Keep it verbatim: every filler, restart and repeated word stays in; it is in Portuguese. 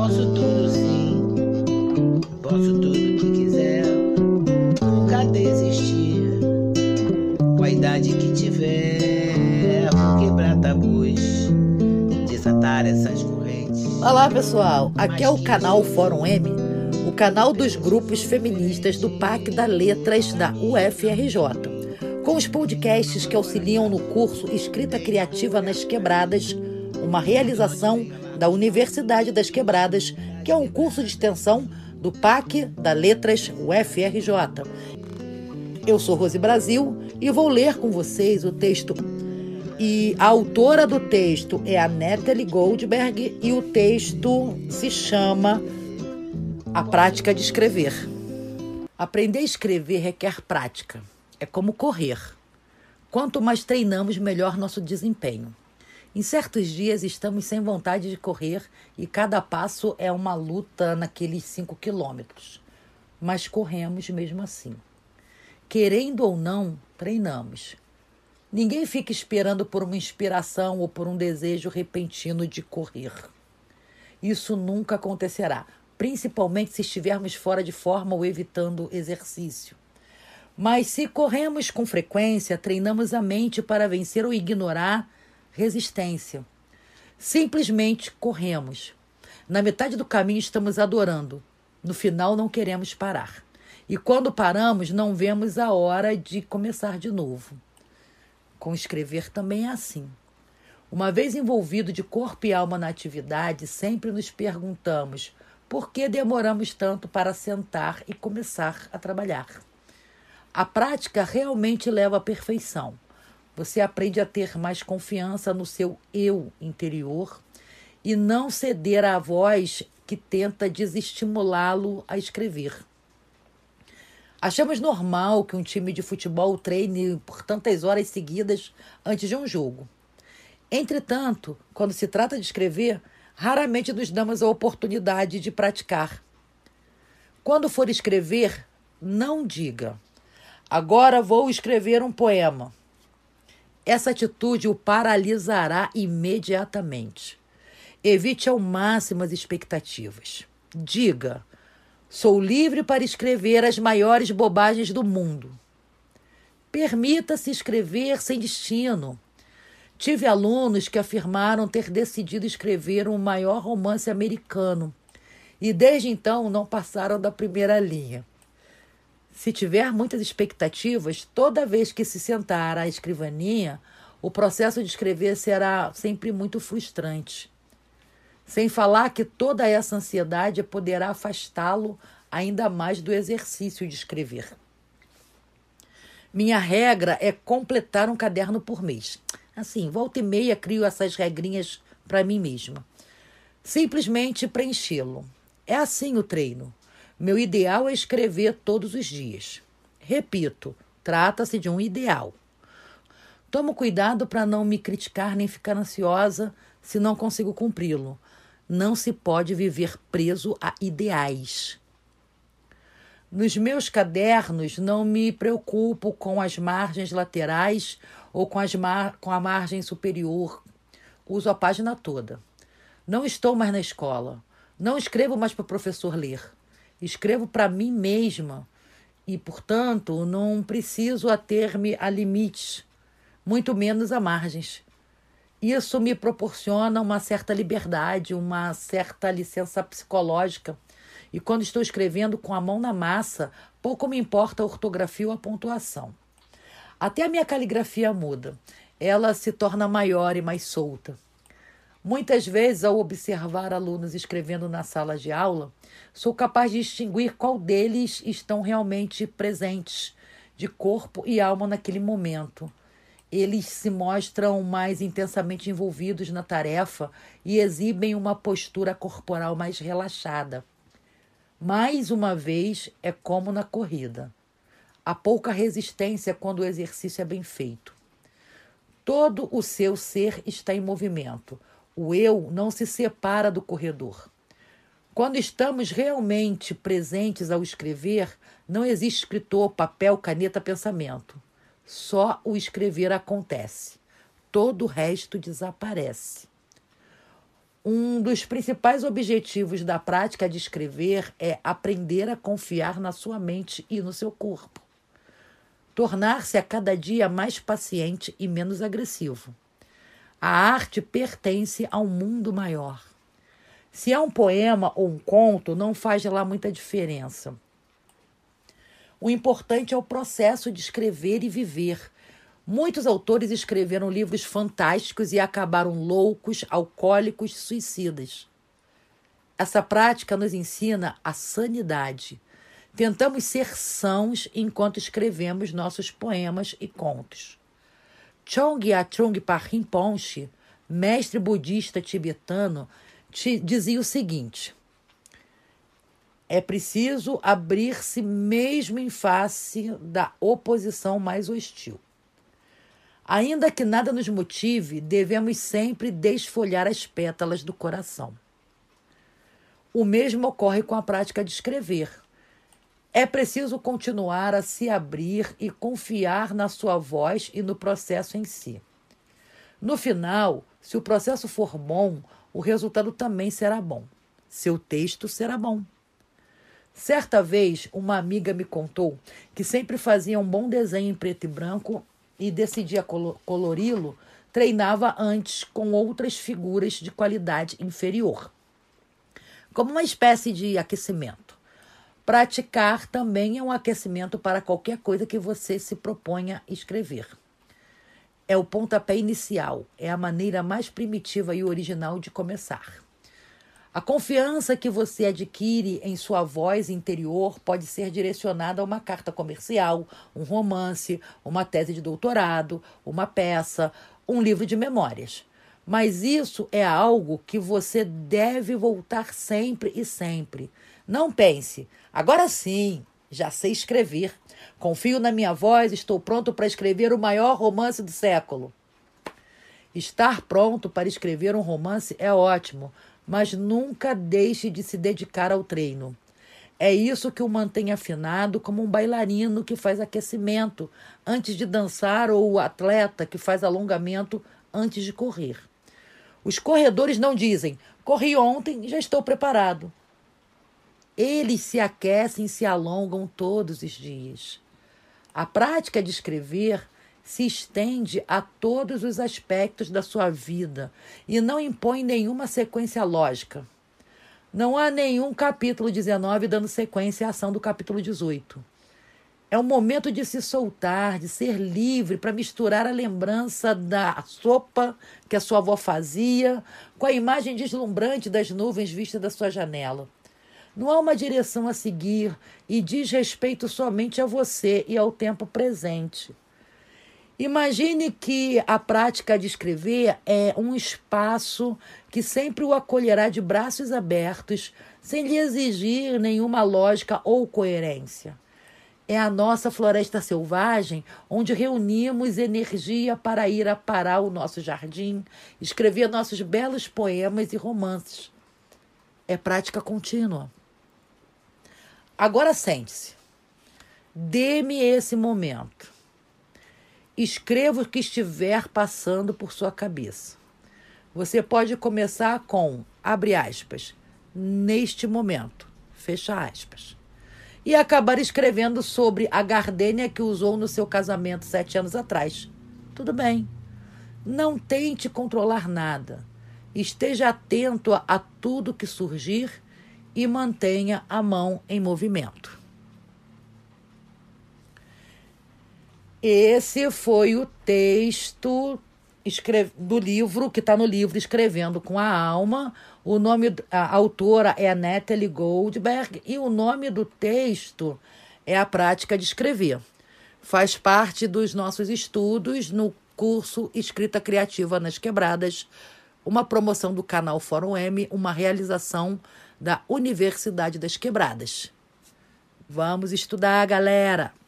Posso tudo sim, posso tudo que quiser, nunca desistir, com a idade que tiver, vou quebrar tabus, desatar essas correntes. Olá pessoal, aqui é o canal Fórum M, o canal dos grupos feministas do P A C da Letras da U F R J, com os podcasts que auxiliam no curso Escrita Criativa nas Quebradas, uma realização da Universidade das Quebradas, que é um curso de extensão do P A C da Letras U F R J. Eu sou Rose Brasil e vou ler com vocês o texto. E a autora do texto é a Nathalie Goldberg e o texto se chama A Prática de Escrever. Aprender a escrever requer prática. É como correr. Quanto mais treinamos, melhor nosso desempenho. Em certos dias estamos sem vontade de correr e cada passo é uma luta naqueles cinco quilômetros. Mas corremos mesmo assim. Querendo ou não, treinamos. Ninguém fica esperando por uma inspiração ou por um desejo repentino de correr. Isso nunca acontecerá, principalmente se estivermos fora de forma ou evitando exercício. Mas se corremos com frequência, treinamos a mente para vencer ou ignorar resistência. Simplesmente corremos. Na metade do caminho estamos adorando. No final não queremos parar. E quando paramos, não vemos a hora de começar de novo. Com escrever também é assim. Uma vez envolvido de corpo e alma na atividade, sempre nos perguntamos por que demoramos tanto para sentar e começar a trabalhar. A prática realmente leva à perfeição. Você aprende a ter mais confiança no seu eu interior e não ceder à voz que tenta desestimulá-lo a escrever. Achamos normal que um time de futebol treine por tantas horas seguidas antes de um jogo. Entretanto, quando se trata de escrever, raramente nos damos a oportunidade de praticar. Quando for escrever, não diga: agora vou escrever um poema. Essa atitude o paralisará imediatamente. Evite ao máximo as expectativas. Diga: sou livre para escrever as maiores bobagens do mundo. Permita-se escrever sem destino. Tive alunos que afirmaram ter decidido escrever o maior romance americano e desde então não passaram da primeira linha. Se tiver muitas expectativas, toda vez que se sentar à escrivaninha, o processo de escrever será sempre muito frustrante. Sem falar que toda essa ansiedade poderá afastá-lo ainda mais do exercício de escrever. Minha regra é completar um caderno por mês. Assim, volta e meia crio essas regrinhas para mim mesma. Simplesmente preenchê-lo. É assim o treino. Meu ideal é escrever todos os dias. Repito, trata-se de um ideal. Tomo cuidado para não me criticar nem ficar ansiosa se não consigo cumpri-lo. Não se pode viver preso a ideais. Nos meus cadernos, não me preocupo com as margens laterais ou com, as mar... com a margem superior. Uso a página toda. Não estou mais na escola. Não escrevo mais para o professor ler. Escrevo para mim mesma e, portanto, não preciso ater-me a limites, muito menos a margens. Isso me proporciona uma certa liberdade, uma certa licença psicológica. E quando estou escrevendo com a mão na massa, pouco me importa a ortografia ou a pontuação. Até a minha caligrafia muda. Ela se torna maior e mais solta. Muitas vezes, ao observar alunos escrevendo na sala de aula, sou capaz de distinguir qual deles estão realmente presentes, de corpo e alma naquele momento. Eles se mostram mais intensamente envolvidos na tarefa e exibem uma postura corporal mais relaxada. Mais uma vez, é como na corrida. Há pouca resistência quando o exercício é bem feito. Todo o seu ser está em movimento. O eu não se separa do corredor. Quando estamos realmente presentes ao escrever, não existe escritor, papel, caneta, pensamento. Só o escrever acontece. Todo o resto desaparece. Um dos principais objetivos da prática de escrever é aprender a confiar na sua mente e no seu corpo. Tornar-se a cada dia mais paciente e menos agressivo. A arte pertence a um mundo maior. Se é um poema ou um conto, não faz lá muita diferença. O importante é o processo de escrever e viver. Muitos autores escreveram livros fantásticos e acabaram loucos, alcoólicos, suicidas. Essa prática nos ensina a sanidade. Tentamos ser sãos enquanto escrevemos nossos poemas e contos. Chögyam Trungpa Rinpoche, mestre budista tibetano, dizia o seguinte: é preciso abrir-se mesmo em face da oposição mais hostil. Ainda que nada nos motive, devemos sempre desfolhar as pétalas do coração. O mesmo ocorre com a prática de escrever. É preciso continuar a se abrir e confiar na sua voz e no processo em si. No final, se o processo for bom, o resultado também será bom. Seu texto será bom. Certa vez, uma amiga me contou que sempre fazia um bom desenho em preto e branco e decidia colori-lo, treinava antes com outras figuras de qualidade inferior, como uma espécie de aquecimento. Praticar também é um aquecimento para qualquer coisa que você se proponha escrever. É o pontapé inicial, é a maneira mais primitiva e original de começar. A confiança que você adquire em sua voz interior pode ser direcionada a uma carta comercial, um romance, uma tese de doutorado, uma peça, um livro de memórias. Mas isso é algo que você deve voltar sempre e sempre. Não pense, agora sim, já sei escrever. Confio na minha voz, estou pronto para escrever o maior romance do século. Estar pronto para escrever um romance é ótimo, mas nunca deixe de se dedicar ao treino. É isso que o mantém afinado, como um bailarino que faz aquecimento antes de dançar ou o atleta que faz alongamento antes de correr. Os corredores não dizem, corri ontem, já estou preparado. Eles se aquecem e se alongam todos os dias. A prática de escrever se estende a todos os aspectos da sua vida e não impõe nenhuma sequência lógica. Não há nenhum capítulo dezenove dando sequência à ação do capítulo dezoito. É o momento de se soltar, de ser livre para misturar a lembrança da sopa que a sua avó fazia com a imagem deslumbrante das nuvens vistas da sua janela. Não há uma direção a seguir e diz respeito somente a você e ao tempo presente. Imagine que a prática de escrever é um espaço que sempre o acolherá de braços abertos, sem lhe exigir nenhuma lógica ou coerência. É a nossa floresta selvagem, onde reunimos energia para ir aparar o nosso jardim, escrever nossos belos poemas e romances. É prática contínua. Agora sente-se. Dê-me esse momento. Escreva o que estiver passando por sua cabeça. Você pode começar com, abre aspas, neste momento, fecha aspas. E acabar escrevendo sobre a gardênia que usou no seu casamento sete anos atrás. Tudo bem. Não tente controlar nada. Esteja atento a, a tudo que surgir e mantenha a mão em movimento. Esse foi o texto do livro, que está no livro Escrevendo com a Alma. O nome, a autora é a Natalie Goldberg e o nome do texto é A Prática de Escrever. Faz parte dos nossos estudos no curso Escrita Criativa nas Quebradas, uma promoção do canal Fórum M, uma realização da Universidade das Quebradas. Vamos estudar, galera!